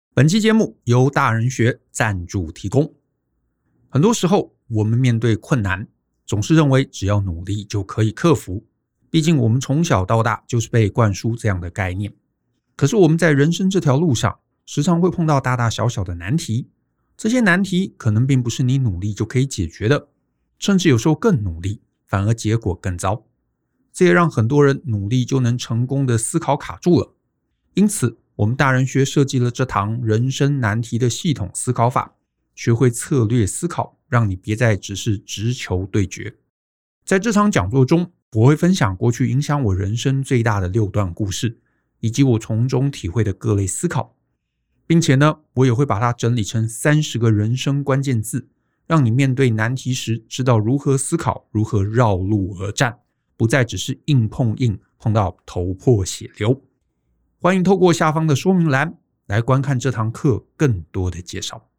本期节目由大人学赞助提供。很多时候我们面对困难，总是认为只要努力就可以克服，毕竟我们从小到大就是被灌输这样的概念。可是我们在人生这条路上，时常会碰到大大小小的难题，这些难题可能并不是你努力就可以解决的，甚至有时候更努力，反而结果更糟。这也让很多人努力就能成功的思考卡住了。因此我们大人学设计了这堂人生难题的系统思考法，学会策略思考，让你别再只是直球对决。在这场讲座中，我会分享过去影响我人生最大的6段故事，以及我从中体会的各类思考，并且呢，我也会把它整理成30个人生关键字，让你面对难题时知道如何思考，如何绕路而战，不再只是硬碰硬，碰到头破血流。欢迎透过下方的说明栏来观看这堂课更多的介绍。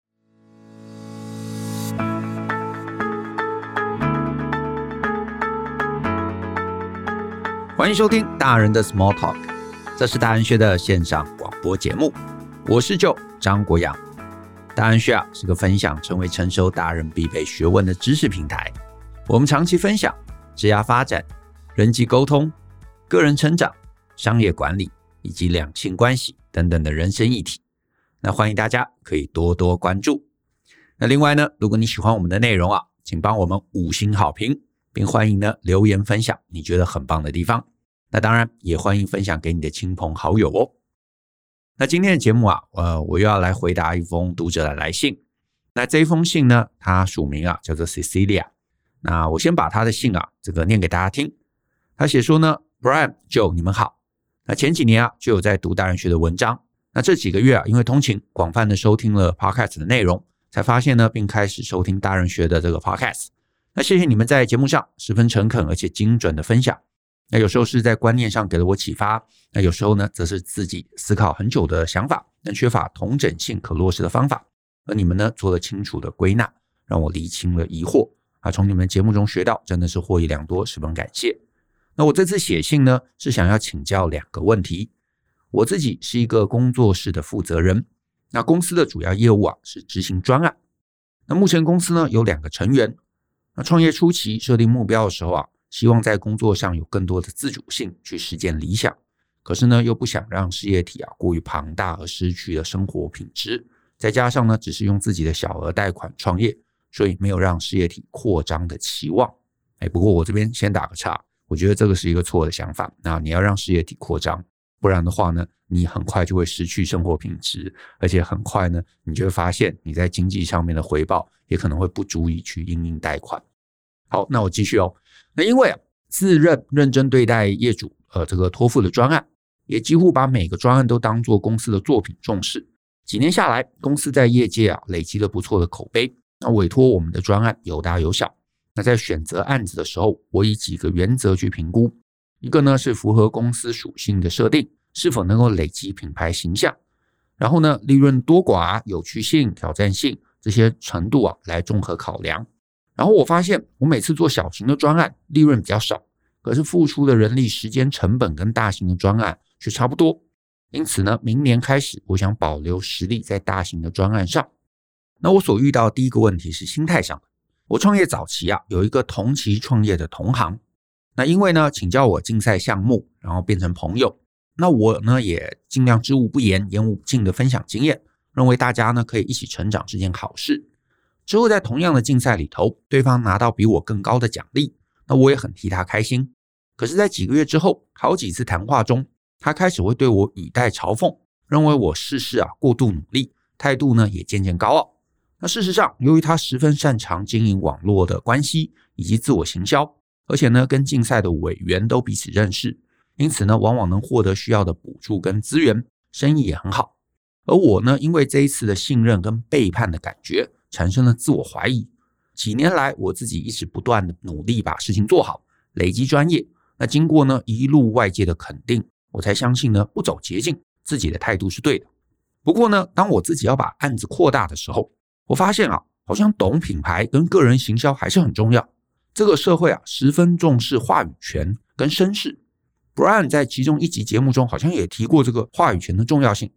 欢迎收听大人的 Small Talk， 这是大人学的线上广播节目，我是Joe张国洋。大人学是个分享成为成熟大人必备学问的知识平台，我们长期分享职业发展、人际沟通、个人成长、商业管理以及两性关系等等的人生议题。那欢迎大家可以多多关注。那另外呢，如果你喜欢我们的内容请帮我们5星好评，并欢迎呢留言分享你觉得很棒的地方。那当然也欢迎分享给你的亲朋好友哦。那今天的节目我又要来回答一封读者的来信。那这一封信呢，他署名叫做 Cecilia。那我先把他的信念给大家听。他写说呢 Brian、Joe 你们好。那前几年就有在读大人学的文章，那这几个月因为通勤广泛的收听了 podcast 的内容，才发现呢并开始收听大人学的这个 podcast。那谢谢你们在节目上十分诚恳而且精准的分享。那有时候是在观念上给了我启发，那有时候呢则是自己思考很久的想法，但缺乏统整性可落实的方法，而你们呢做了清楚的归纳，让我厘清了疑惑从你们节目中学到，真的是获益良多，十分感谢。那我这次写信呢，是想要请教2个问题。我自己是一个工作室的负责人，那公司的主要业务是执行专案。那目前公司呢有2个成员，那创业初期设定目标的时候希望在工作上有更多的自主性去实践理想，可是呢又不想让事业体过于庞大而失去了生活品质，再加上呢只是用自己的小额贷款创业，所以没有让事业体扩张的期望。不过我这边先打个岔，我觉得这个是一个错的想法。那你要让事业体扩张，不然的话呢，你很快就会失去生活品质，而且很快呢，你就会发现你在经济上面的回报也可能会不足以去因应贷款。好，那我继续那因为自认认真对待业主这个托付的专案，也几乎把每个专案都当作公司的作品重视。几年下来，公司在业界累积了不错的口碑，那委托我们的专案有大有小。那在选择案子的时候，我以几个原则去评估。一个呢是符合公司属性的设定，是否能够累积品牌形象，然后呢利润多寡、有趣性、挑战性这些程度来综合考量。然后我发现我每次做小型的专案利润比较少，可是付出的人力时间成本跟大型的专案却差不多。因此呢，明年开始我想保留实力在大型的专案上。那我所遇到的第一个问题是心态上的。我创业早期有一个同期创业的同行，那因为呢请教我竞赛项目，然后变成朋友。那我呢也尽量知无不言，言无不尽的分享经验，认为大家呢可以一起成长是件好事。之后在同样的竞赛里头，对方拿到比我更高的奖励，那我也很替他开心。可是在几个月之后，好几次谈话中，他开始会对我语带嘲讽，认为我事事过度努力，态度呢也渐渐高傲。那事实上，由于他十分擅长经营网络的关系以及自我行销，而且呢跟竞赛的委员都彼此认识，因此呢往往能获得需要的补助跟资源，生意也很好。而我呢因为这一次的信任跟背叛的感觉，产生了自我怀疑。几年来我自己一直不断的努力把事情做好，累积专业。那经过呢一路外界的肯定，我才相信呢不走捷径，自己的态度是对的。不过呢当我自己要把案子扩大的时候，我发现好像懂品牌跟个人行销还是很重要。这个社会十分重视话语权跟声势。Brian 在其中一集节目中好像也提过这个话语权的重要性。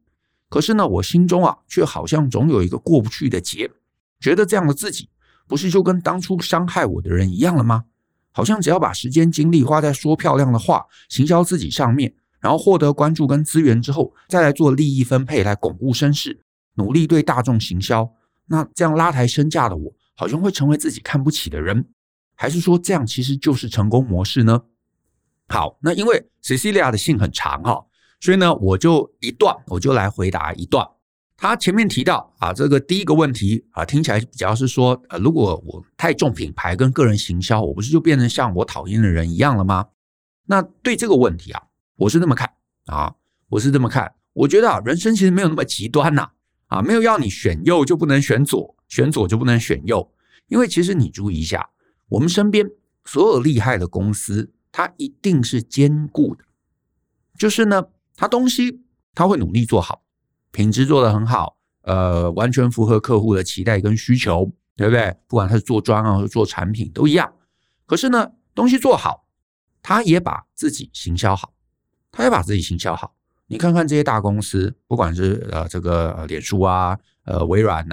可是呢，我心中却好像总有一个过不去的结，觉得这样的自己不是就跟当初伤害我的人一样了吗？好像只要把时间精力花在说漂亮的话、行销自己上面，然后获得关注跟资源之后，再来做利益分配来巩固身世，努力对大众行销，那这样拉抬身价的我，好像会成为自己看不起的人，还是说这样其实就是成功模式呢？好，那因为 Cecilia 的信很长所以呢，我就来回答一段。他前面提到这个第一个问题听起来比较是说如果我太重品牌跟个人行销，我不是就变成像我讨厌的人一样了吗？那对这个问题我是这么看我觉得人生其实没有那么极端没有要你选右就不能选左，选左就不能选右。因为其实你注意一下，我们身边所有厉害的公司，它一定是兼顾的，就是呢，它东西它会努力做好，品质做得很好，完全符合客户的期待跟需求，对不对？不管它是做专案或做产品都一样。可是呢，东西做好，他也把自己行销好，你看看这些大公司，不管是这个脸书微软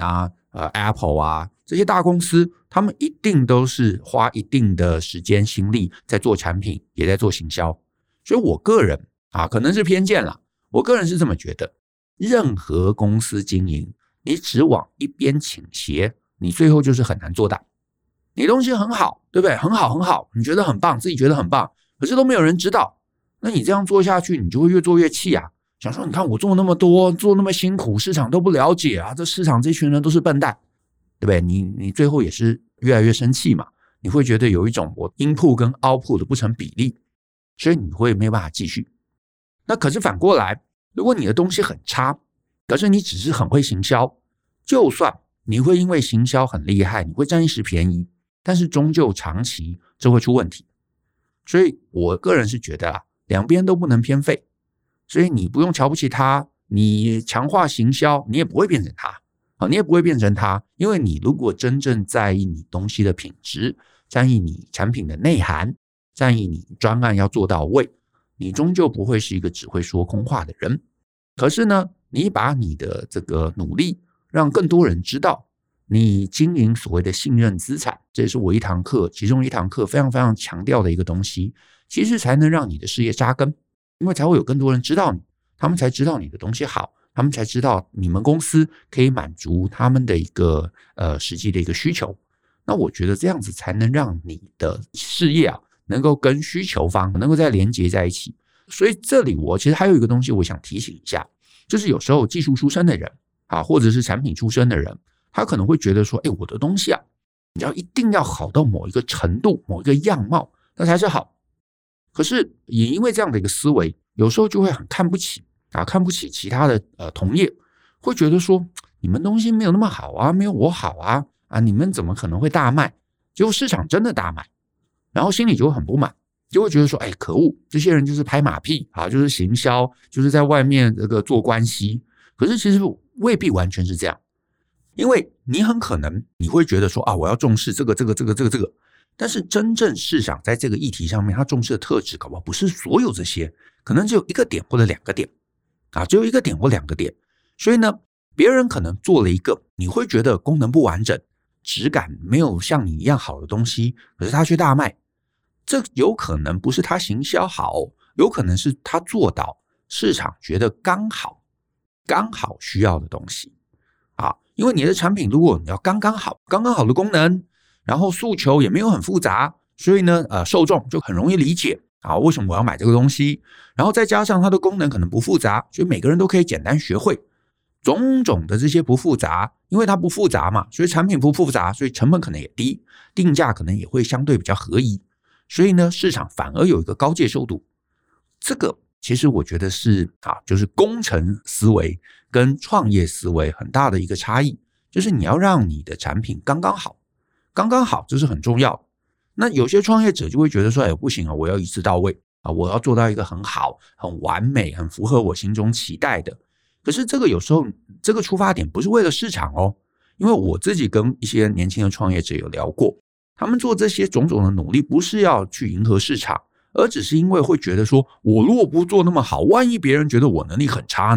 Apple 这些大公司，他们一定都是花一定的时间心力在做产品，也在做行销。所以我个人可能是偏见啦，我个人是这么觉得，任何公司经营，你只往一边倾斜，你最后就是很难做大。你东西很好，对不对？很好，你觉得很棒，自己觉得很棒，可是都没有人知道，那你这样做下去，你就会越做越气想说你看我做那么多，做那么辛苦，市场都不了解这市场这群人都是笨蛋，对不对？你最后也是越来越生气嘛，你会觉得有一种我 input 跟 output 的不成比例，所以你会没有办法继续。那可是反过来，如果你的东西很差，可是你只是很会行销，就算你会因为行销很厉害，你会占一时便宜，但是终究长期这会出问题。所以我个人是觉得两边都不能偏废，所以你不用瞧不起他，你强化行销，你也不会变成他，因为你如果真正在意你东西的品质，在意你产品的内涵，在意你专案要做到位，你终究不会是一个只会说空话的人。可是呢，你把你的这个努力让更多人知道，你经营所谓的信任资产，这也是我其中一堂课非常非常强调的一个东西，其实才能让你的事业扎根，因为才会有更多人知道你，他们才知道你的东西好，他们才知道你们公司可以满足他们的一个实际的一个需求。那我觉得这样子才能让你的事业能够跟需求方能够再连接在一起。所以这里我其实还有一个东西我想提醒一下，就是有时候技术出身的人或者是产品出身的人，他可能会觉得说我的东西你要一定要好到某一个程度，某一个样貌，那才是好。可是也因为这样的一个思维，有时候就会很看不起其他的同业，会觉得说你们东西没有那么好没有我好你们怎么可能会大卖？结果市场真的大卖，然后心里就会很不满，就会觉得说可恶，这些人就是拍马屁就是行销，就是在外面这个做关系。可是其实未必完全是这样，因为你很可能你会觉得说我要重视这个，但是真正市场在这个议题上面他重视的特质搞不好不是所有这些，可能只有一个点或者两个点只有一个点或两个点。所以呢，别人可能做了一个你会觉得功能不完整，质感没有像你一样好的东西，可是他却大卖，这有可能不是他行销好，有可能是他做到市场觉得刚好需要的东西因为你的产品如果你要刚刚好的功能，然后诉求也没有很复杂，所以呢受众就很容易理解为什么我要买这个东西，然后再加上它的功能可能不复杂，所以每个人都可以简单学会。种种的这些不复杂，因为它不复杂嘛，所以产品不复杂，所以成本可能也低，定价可能也会相对比较合宜，所以呢市场反而有一个高接受度。这个其实我觉得是就是工程思维跟创业思维很大的一个差异，就是你要让你的产品刚刚好，这是很重要的。那有些创业者就会觉得说不行我要一次到位我要做到一个很好很完美很符合我心中期待的。可是这个有时候这个出发点不是为了市场因为我自己跟一些年轻的创业者有聊过，他们做这些种种的努力不是要去迎合市场，而只是因为会觉得说我如果不做那么好，万一别人觉得我能力很差呢，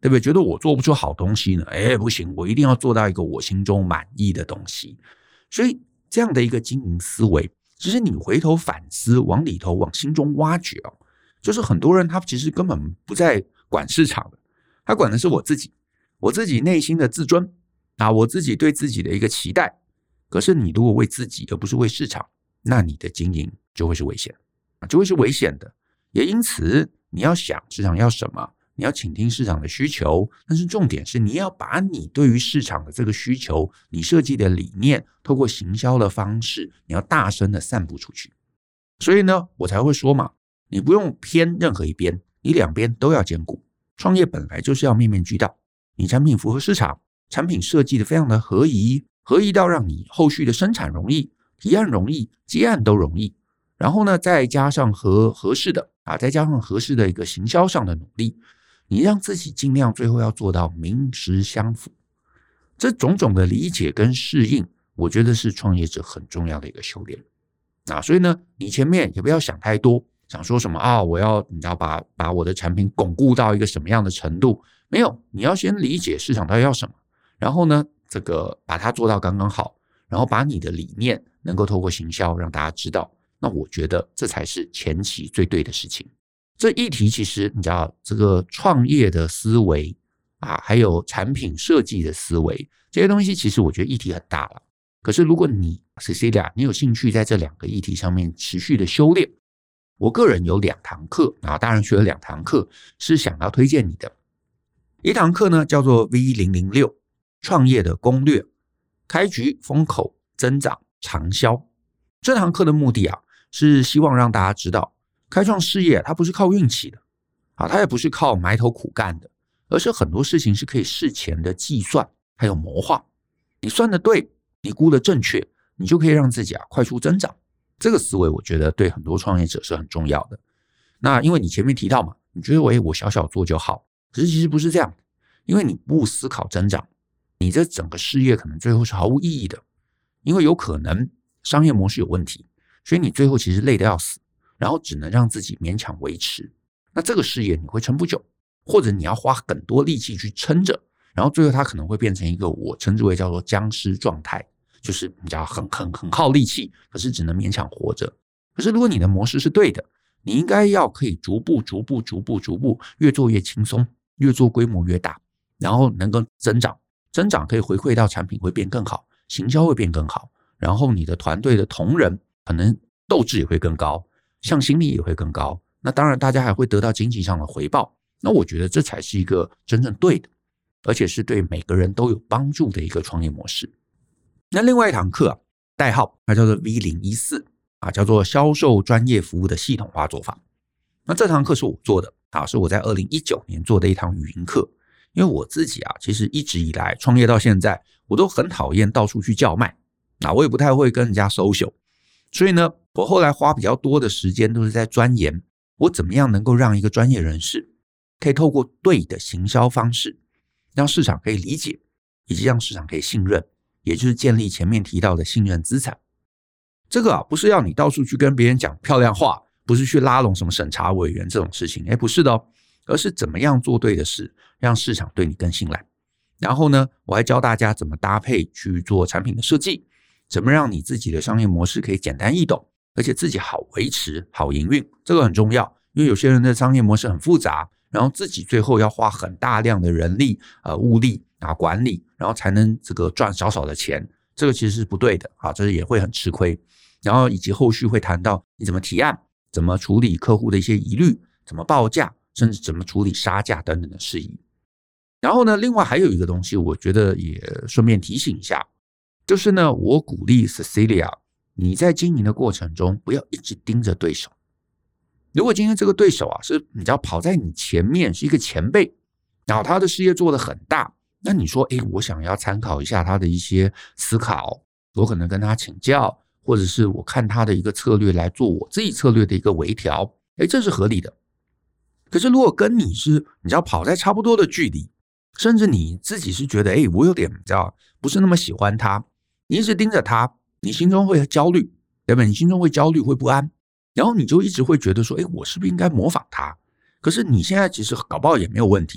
对不对？觉得我做不出好东西呢，不行，我一定要做到一个我心中满意的东西。所以这样的一个经营思维，其实你回头反思，往里头往心中挖掘就是很多人他其实根本不在管市场的，他管的是我自己内心的自尊我自己对自己的一个期待。可是你如果为自己而不是为市场，那你的经营就会是危险，的。也因此你要想市场要什么，你要倾听市场的需求，但是重点是你要把你对于市场的这个需求，你设计的理念，透过行销的方式，你要大声的散布出去。所以呢，我才会说嘛，你不用偏任何一边，你两边都要兼顾。创业本来就是要面面俱到，你产品符合市场，产品设计的非常的合宜到让你后续的生产容易，提案容易，接案都容易。然后呢，再加上合适的一个行销上的努力，你让自己尽量最后要做到名实相符。这种种的理解跟适应，我觉得是创业者很重要的一个修炼。所以呢，你前面也不要想太多，想说什么我要把我的产品巩固到一个什么样的程度，没有，你要先理解市场到底要什么，然后呢，这个把它做到刚刚好，然后把你的理念能够透过行销让大家知道。那我觉得这才是前期最对的事情。这议题其实你知道，这个创业的思维还有产品设计的思维，这些东西其实我觉得议题很大了。可是如果你 Cecilia 你有兴趣在这两个议题上面持续的修炼，我个人有2堂课大人学了2堂课是想要推荐你的。一堂课呢叫做 V006 创业的攻略，开局、风口、增长、长销。这堂课的目的是希望让大家知道，开创事业它不是靠运气的它也不是靠埋头苦干的，而是很多事情是可以事前的计算还有谋划。你算的对，你估的正确，你就可以让自己快速增长。这个思维我觉得对很多创业者是很重要的。那因为你前面提到嘛，你觉得我小小做就好，可是其实不是这样的。因为你不思考增长，你这整个事业可能最后是毫无意义的。因为有可能商业模式有问题，所以你最后其实累得要死，然后只能让自己勉强维持。那这个事业你会撑不久，或者你要花很多力气去撑着，然后最后它可能会变成一个我称之为叫做僵尸状态，就是你知道很耗力气，可是只能勉强活着。可是如果你的模式是对的，你应该要可以逐步越做越轻松，越做规模越大，然后能够增长可以回馈到产品会变更好，行销会变更好，然后你的团队的同仁可能斗志也会更高，向心力也会更高。那当然大家还会得到经济上的回报。那我觉得这才是一个真正对的，而且是对每个人都有帮助的一个创业模式。那另外一堂课代号它叫做 V014叫做销售专业服务的系统化做法。那这堂课是我做的是我在2019年做的一堂语音课。因为我自己其实一直以来创业到现在，我都很讨厌到处去叫卖我也不太会跟人家 social。 所以呢，我后来花比较多的时间都是在钻研我怎么样能够让一个专业人士可以透过对的行销方式，让市场可以理解，以及让市场可以信任，也就是建立前面提到的信任资产。这个不是要你到处去跟别人讲漂亮话，不是去拉拢什么审查委员这种事情，不是的而是怎么样做对的事，让市场对你更信赖。然后呢，我还教大家怎么搭配去做产品的设计，怎么让你自己的商业模式可以简单易懂，而且自己好维持好营运。这个很重要，因为有些人的商业模式很复杂，然后自己最后要花很大量的人力物力管理，然后才能这个赚少少的钱，这个其实是不对的这也会很吃亏。然后以及后续会谈到你怎么提案，怎么处理客户的一些疑虑，怎么报价，甚至怎么处理杀价等等的事宜。然后呢，另外还有一个东西我觉得也顺便提醒一下，就是呢，我鼓励 Cecilia 你在经营的过程中不要一直盯着对手。如果今天这个对手是你知道跑在你前面，是一个前辈，然后他的事业做得很大，那你说我想要参考一下他的一些思考，我可能跟他请教，或者是我看他的一个策略来做我自己策略的一个微调，这是合理的。可是如果跟你是你知道跑在差不多的距离，甚至你自己是觉得我有点你知道不是那么喜欢他，你一直盯着他，你心中会焦虑，对吧？你心中会焦虑会不安，然后你就一直会觉得说我是不是应该模仿他？可是你现在其实搞不好也没有问题，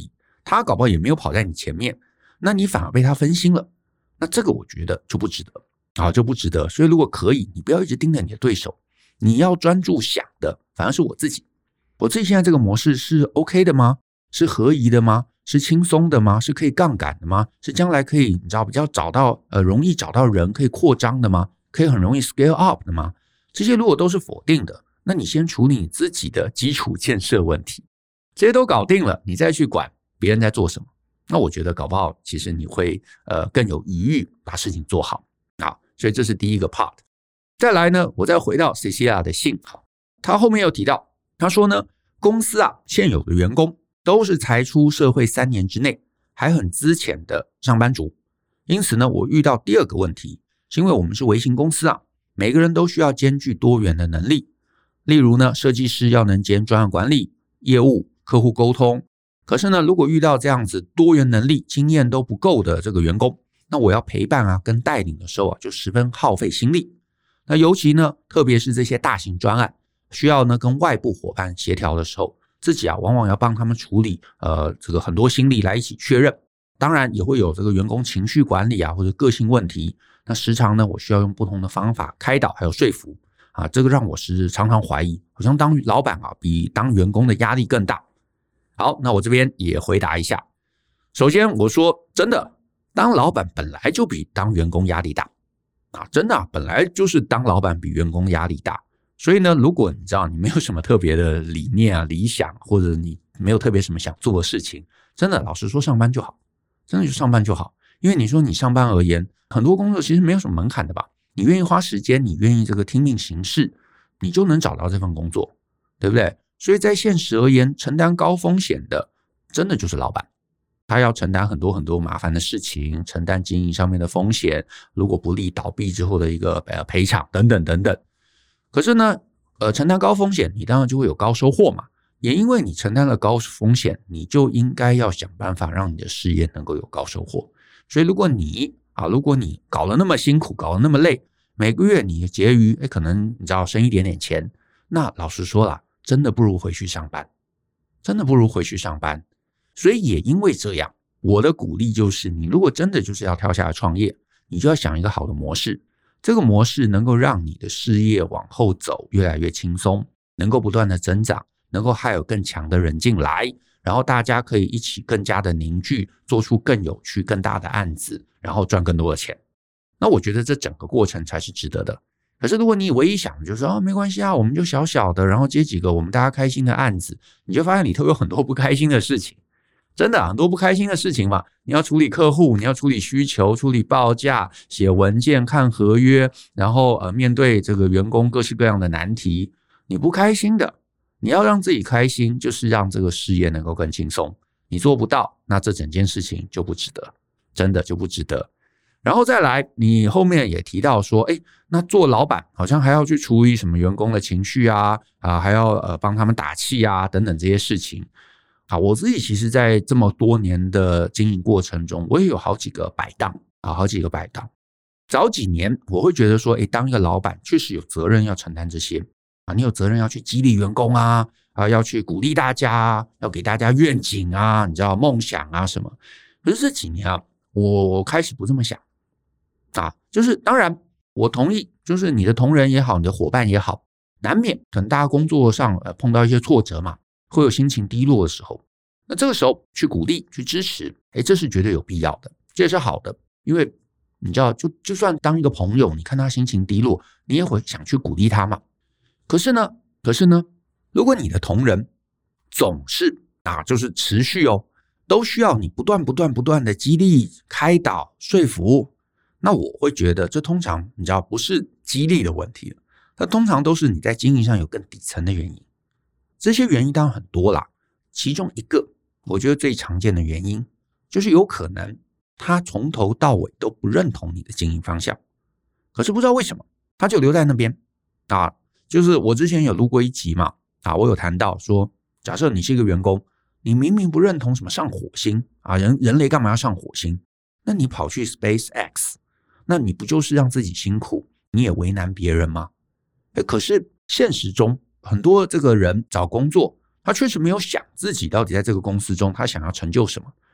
他搞不好也没有跑在你前面，那你反而被他分心了，那这个我觉得就不值得就不值得。所以如果可以，你不要一直盯着你的对手，你要专注想的反而是我自己现在这个模式是 OK 的吗？是合宜的吗？是轻松的吗？是可以杠杆的吗？是将来可以你知道比较容易找到人可以扩张的吗？可以很容易 scale up 的吗？这些如果都是否定的，那你先处理你自己的基础建设问题，这些都搞定了，你再去管别人在做什么，那我觉得搞不好其实你会更有余裕把事情做好。好，所以这是第一个 part。 再来呢，我再回到 Cecilia 的信，他后面有提到，他说呢，公司现有的员工都是才出社会3年之内还很资浅的上班族，因此呢，我遇到第二个问题是因为我们是微型公司每个人都需要兼具多元的能力，例如呢，设计师要能兼专案管理、业务、客户沟通。可是呢，如果遇到这样子多元能力、经验都不够的这个员工，那我要陪伴跟带领的时候就十分耗费心力。那尤其呢，特别是这些大型专案，需要呢跟外部伙伴协调的时候，自己往往要帮他们处理这个很多心力来一起确认。当然也会有这个员工情绪管理或者个性问题，那时常呢，我需要用不同的方法开导还有说服这个让我是常常怀疑，好像当老板比当员工的压力更大。好，那我这边也回答一下。首先我说真的，当老板本来就比当员工压力大真的本来就是当老板比员工压力大。所以呢，如果你知道你没有什么特别的理念理想，或者你没有特别什么想做的事情，真的老实说上班就好，真的就上班就好。因为你说你上班而言，很多工作其实没有什么门槛的吧，你愿意花时间，你愿意这个听命行事，你就能找到这份工作，对不对？所以在现实而言，承担高风险的真的就是老板，他要承担很多很多麻烦的事情，承担经营上面的风险，如果不利倒闭之后的一个赔偿等等等等。可是呢承担高风险，你当然就会有高收获嘛。也因为你承担了高风险，你就应该要想办法让你的事业能够有高收获。所以如果你搞得那么辛苦，搞得那么累，每个月你结余可能你知道省一点点钱，那老实说啦，真的不如回去上班，真的不如回去上班。所以也因为这样，我的鼓励就是，你如果真的就是要跳下来创业，你就要想一个好的模式，这个模式能够让你的事业往后走越来越轻松，能够不断的增长，能够还有更强的人进来，然后大家可以一起更加的凝聚，做出更有趣更大的案子，然后赚更多的钱。那我觉得这整个过程才是值得的。可是如果你唯一想的就是没关系我们就小小的，然后接几个我们大家开心的案子，你就发现里头有很多不开心的事情，真的很多不开心的事情嘛。你要处理客户，你要处理需求，处理报价，写文件，看合约，然后面对这个员工各式各样的难题，你不开心的。你要让自己开心，就是让这个事业能够更轻松。你做不到，那这整件事情就不值得，真的就不值得。然后再来，你后面也提到说那做老板好像还要去处理什么员工的情绪还要帮他们打气等等这些事情我自己其实在这么多年的经营过程中，我也有好几个摆荡早几年我会觉得说当一个老板确实有责任要承担这些你有责任要去激励员工要去鼓励大家要给大家愿景你知道梦想什么。可是这几年我开始不这么想就是当然我同意，就是你的同仁也好，你的伙伴也好，难免可能大家工作上碰到一些挫折嘛，会有心情低落的时候，那这个时候去鼓励去支持这是绝对有必要的，这也是好的。因为你知道就算当一个朋友，你看他心情低落，你也会想去鼓励他嘛。可是呢如果你的同仁总是就是持续都需要你不断的激励开导说服，那我会觉得这通常你知道不是激励的问题，它通常都是你在经营上有更底层的原因。这些原因当然很多啦，其中一个我觉得最常见的原因就是有可能他从头到尾都不认同你的经营方向，可是不知道为什么他就留在那边就是我之前有录过一集嘛我有谈到说，假设你是一个员工，你明明不认同什么上火星人类干嘛要上火星，那你跑去 SpaceX， 那你不就是让自己辛苦，你也为难别人吗？可是现实中很多这个人找工作，他确实没有想自己到底在这个公司中他想要成就什么，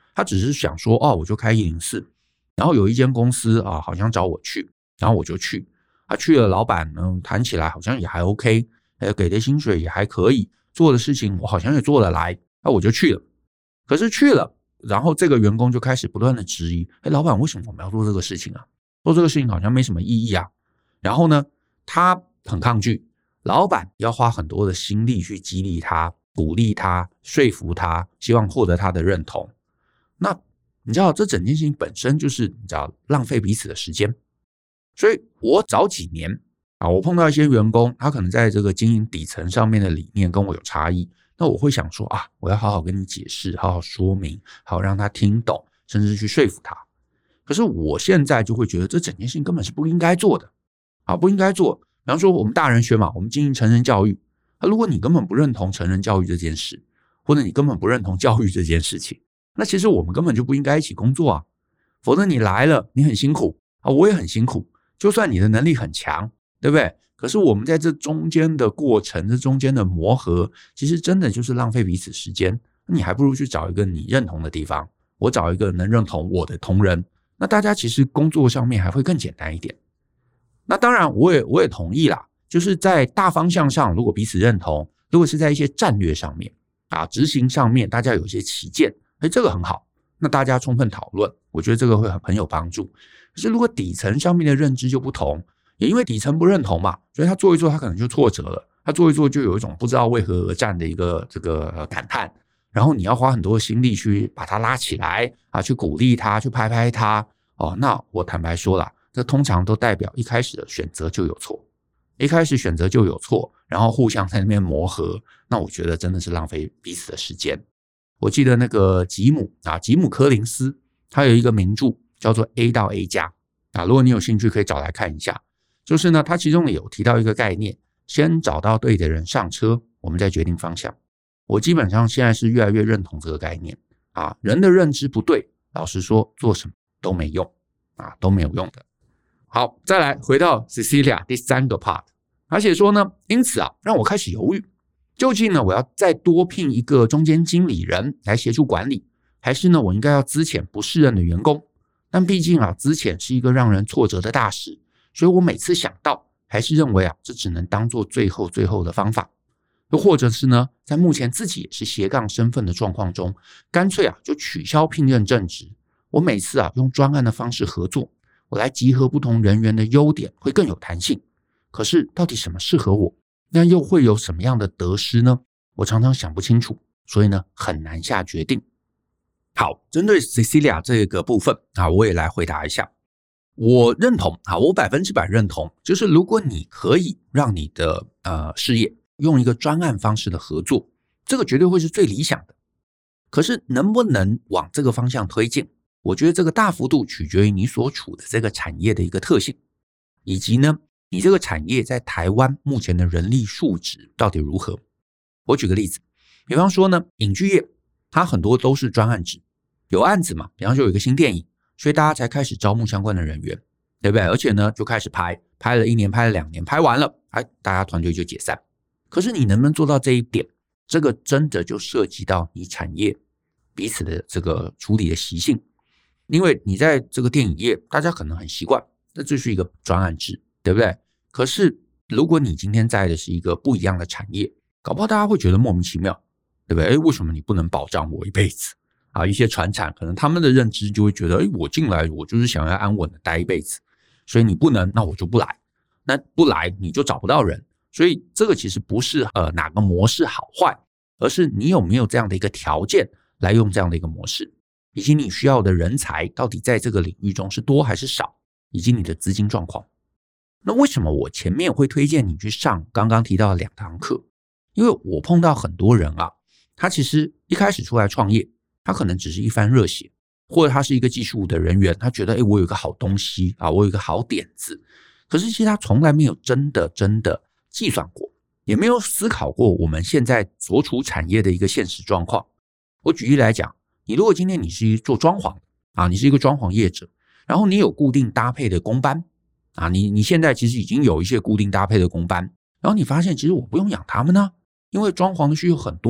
他只是想说我就开104，然后有一间公司好像找我去，然后我就去，去了，老板谈起来好像也还 OK， 给的薪水也还可以，做的事情我好像也做得来，我就去了。可是去了，然后这个员工就开始不断的质疑，老板为什么我们要做这个事情啊？做这个事情好像没什么意义啊。然后呢，他很抗拒，老板要花很多的心力去激励他，鼓励他，说服他，希望获得他的认同。那你知道这整件事情本身就是你知道浪费彼此的时间。所以我早几年我碰到一些员工，他可能在这个经营底层上面的理念跟我有差异，那我会想说我要好好跟你解释，好好说明，好让他听懂，甚至去说服他。可是我现在就会觉得这整件事情根本是不应该做的，不应该做。比方说我们大人学嘛，我们经营成人教育，如果你根本不认同成人教育这件事，或者你根本不认同教育这件事情，那其实我们根本就不应该一起工作啊。否则你来了，你很辛苦我也很辛苦，就算你的能力很强，对不对？可是我们在这中间的过程，这中间的磨合，其实真的就是浪费彼此时间。你还不如去找一个你认同的地方，我找一个能认同我的同仁，那大家其实工作上面还会更简单一点。那当然我也同意啦，就是在大方向上如果彼此认同，如果是在一些战略上面执行上面大家有一些旗舰，这个很好，那大家充分讨论，我觉得这个会很有帮助。可是如果底层上面的认知就不同，也因为底层不认同嘛，所以他做一做他可能就挫折了，他做一做就有一种不知道为何而战的一个这个感叹，然后你要花很多心力去把他拉起来去鼓励他，去拍拍他那我坦白说啦，这通常都代表一开始的选择就有错，一开始选择就有错，然后互相在那边磨合，那我觉得真的是浪费彼此的时间。我记得那个吉姆柯林斯，他有一个名著叫做 A 到 A 加如果你有兴趣可以找来看一下。就是呢，他其中有提到一个概念，先找到对的人上车，我们再决定方向。我基本上现在是越来越认同这个概念人的认知不对，老实说做什么都没用都没有用的。好，再来回到 Cecilia 第3个 part， 而且说呢，因此让我开始犹豫，究竟呢我要再多聘一个中间经理人来协助管理，还是呢我应该要资遣不适任的员工？但毕竟资遣是一个让人挫折的大事，所以我每次想到还是认为这只能当做最后的方法。又或者是呢，在目前自己也是斜杠身份的状况中，干脆就取消聘任正职，我每次用专案的方式合作，我来集合不同人员的优点，会更有弹性。可是到底什么适合我，那又会有什么样的得失呢？我常常想不清楚，所以呢很难下决定。好，针对 Cecilia 这个部分我也来回答一下。我认同我100%认同，就是如果你可以让你的事业用一个专案方式的合作，这个绝对会是最理想的。可是能不能往这个方向推进，我觉得这个大幅度取决于你所处的这个产业的一个特性，以及呢你这个产业在台湾目前的人力素质到底如何。我举个例子，比方说呢，影剧业它很多都是专案制，有案子嘛，比方说有一个新电影，所以大家才开始招募相关的人员，对不对？而且呢就开始拍了1年，拍了2年，拍完了大家团队就解散。可是你能不能做到这一点，这个真的就涉及到你产业彼此的这个处理的习性。因为你在这个电影业大家可能很习惯，这就是一个专案制，对不对？可是如果你今天在的是一个不一样的产业，搞不好大家会觉得莫名其妙，对不对？为什么你不能保障我一辈子一些传产可能他们的认知就会觉得我进来我就是想要安稳的待一辈子，所以你不能，那我就不来，那不来你就找不到人。所以这个其实不是哪个模式好坏，而是你有没有这样的一个条件来用这样的一个模式，以及你需要的人才到底在这个领域中是多还是少，以及你的资金状况。那为什么我前面会推荐你去上刚刚提到的2堂课？因为我碰到很多人他其实一开始出来创业，他可能只是一番热血，或者他是一个技术的人员，他觉得我有一个好东西我有一个好点子，可是其实他从来没有真的计算过，也没有思考过我们现在所处产业的一个现实状况。我举例来讲，你如果今天你是做装潢你是一个装潢业者，然后你有固定搭配的工班你现在其实已经有一些固定搭配的工班，然后你发现其实我不用养他们因为装潢的需求很多嘛，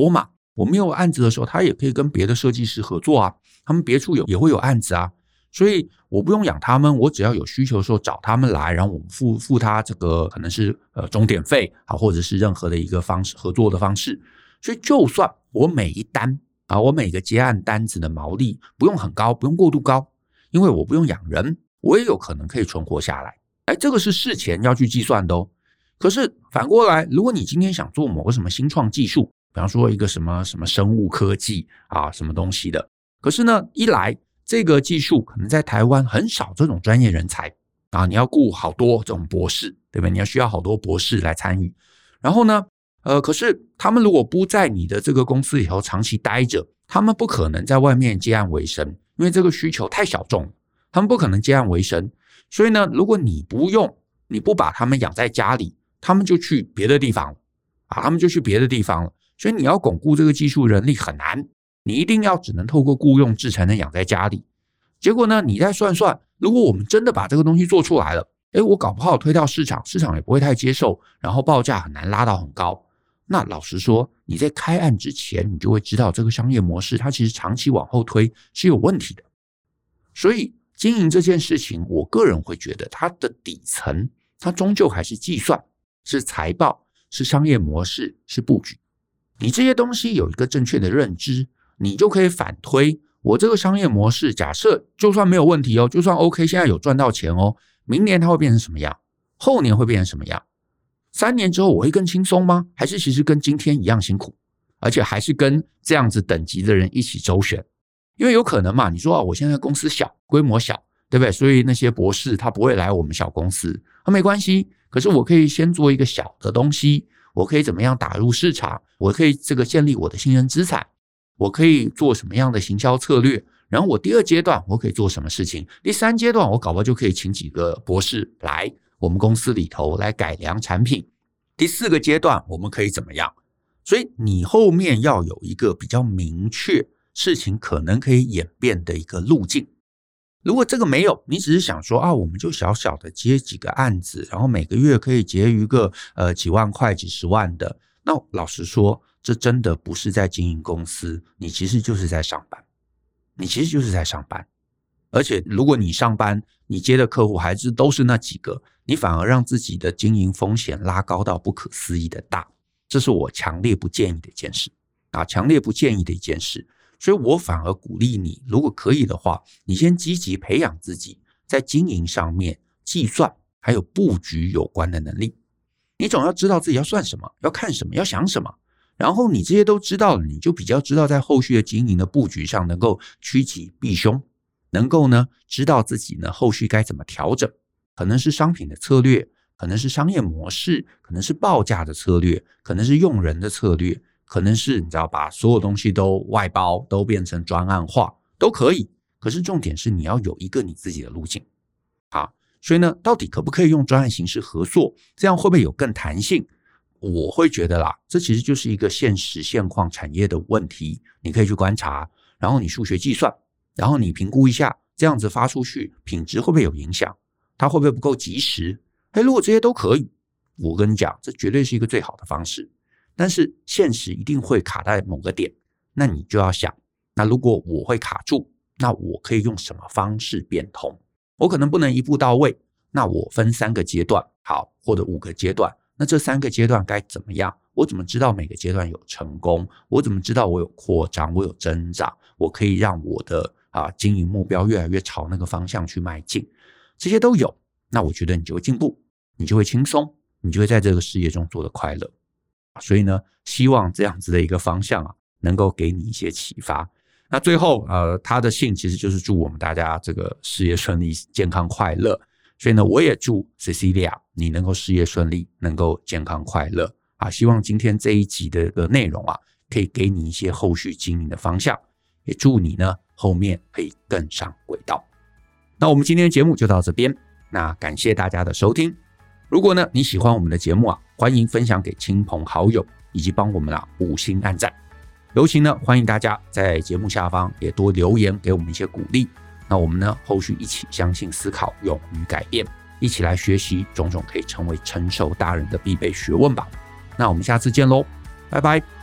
我没有案子的时候，他也可以跟别的设计师合作啊，他们别处也会有案子啊，所以我不用养他们，我只要有需求的时候找他们来，然后我们付他这个可能是钟点费啊，或者是任何的一个方式合作的方式。所以就算我每一单啊，我每个接案单子的毛利不用很高，不用过度高，因为我不用养人，我也有可能可以存活下来。这个是事前要去计算的哦。可是反过来，如果你今天想做某个什么新创技术，比方说一个什么生物科技啊，什么东西的，可是呢，一来这个技术可能在台湾很少这种专业人才啊，你要雇好多这种博士，对不对？你要需要好多博士来参与。然后呢，可是他们如果不在你的这个公司里头长期待着，他们不可能在外面接案为生，因为这个需求太小众了，他们不可能接案为生。所以呢，如果你不把他们养在家里，他们就去别的地方了啊，他们就去别的地方了。所以你要巩固这个技术人力很难，你一定要只能透过雇用制才能养在家里。结果呢，你再算算，如果我们真的把这个东西做出来了，我搞不好推到市场，市场也不会太接受，然后报价很难拉到很高。那老实说，你在开案之前，你就会知道这个商业模式它其实长期往后推是有问题的。所以经营这件事情，我个人会觉得它的底层，它终究还是计算，是财报，是商业模式，是布局。你这些东西有一个正确的认知，你就可以反推，我这个商业模式假设就算没有问题哦，就算 OK， 现在有赚到钱哦，明年它会变成什么样？后年会变成什么样？3年之后我会更轻松吗？还是其实跟今天一样辛苦，而且还是跟这样子等级的人一起周旋？因为有可能嘛，你说我现在公司小，规模小，对不对？所以那些博士他不会来我们小公司，没关系。可是我可以先做一个小的东西，我可以怎么样打入市场，我可以这个建立我的信任资产，我可以做什么样的行销策略，然后我第2阶段我可以做什么事情，第3阶段我搞不好就可以请几个博士来我们公司里头来改良产品，第4个阶段我们可以怎么样？所以你后面要有一个比较明确事情可能可以演变的一个路径。如果这个没有，你只是想说我们就小小的接几个案子，然后每个月可以结余个几万块几十万的，那老实说，这真的不是在经营公司，你其实就是在上班，而且如果你上班，你接的客户还是都是那几个，你反而让自己的经营风险拉高到不可思议的大，这是我强烈不建议的一件事所以我反而鼓励你，如果可以的话，你先积极培养自己在经营上面计算还有布局有关的能力。你总要知道自己要算什么，要看什么，要想什么，然后你这些都知道了，你就比较知道在后续的经营的布局上能够趋吉避凶，能够呢知道自己呢后续该怎么调整，可能是商品的策略，可能是商业模式，可能是报价的策略，可能是用人的策略，可能是你知道把所有东西都外包，都变成专案化，都可以。可是重点是你要有一个你自己的路径。好，所以呢，到底可不可以用专案形式合作？这样会不会有更弹性？我会觉得啦，这其实就是一个现实现况产业的问题，你可以去观察，然后你数学计算，然后你评估一下，这样子发出去品质会不会有影响？它会不会不够及时？如果这些都可以，我跟你讲，这绝对是一个最好的方式。但是现实一定会卡在某个点，那你就要想，那如果我会卡住，那我可以用什么方式变通？我可能不能一步到位，那我分3个阶段，好，或者5个阶段，那这3个阶段该怎么样？我怎么知道每个阶段有成功？我怎么知道我有扩张，我有增长？我可以让我的经营目标越来越朝那个方向去迈进，这些都有，那我觉得你就会进步，你就会轻松，你就会在这个事业中做得快乐。所以呢，希望这样子的一个方向能够给你一些启发。那最后他的信其实就是祝我们大家这个事业顺利、健康快乐。所以呢，我也祝 Cecilia 你能够事业顺利，能够健康快乐希望今天这一集的内容可以给你一些后续经营的方向，也祝你呢后面可以更上轨道。那我们今天的节目就到这边，那感谢大家的收听。如果呢你喜欢我们的节目欢迎分享给亲朋好友，以及帮我们5星按赞。尤其呢欢迎大家在节目下方也多留言给我们一些鼓励。那我们呢后续一起相信、思考、勇于改变，一起来学习种种可以成为成熟大人的必备学问吧。那我们下次见咯，拜拜。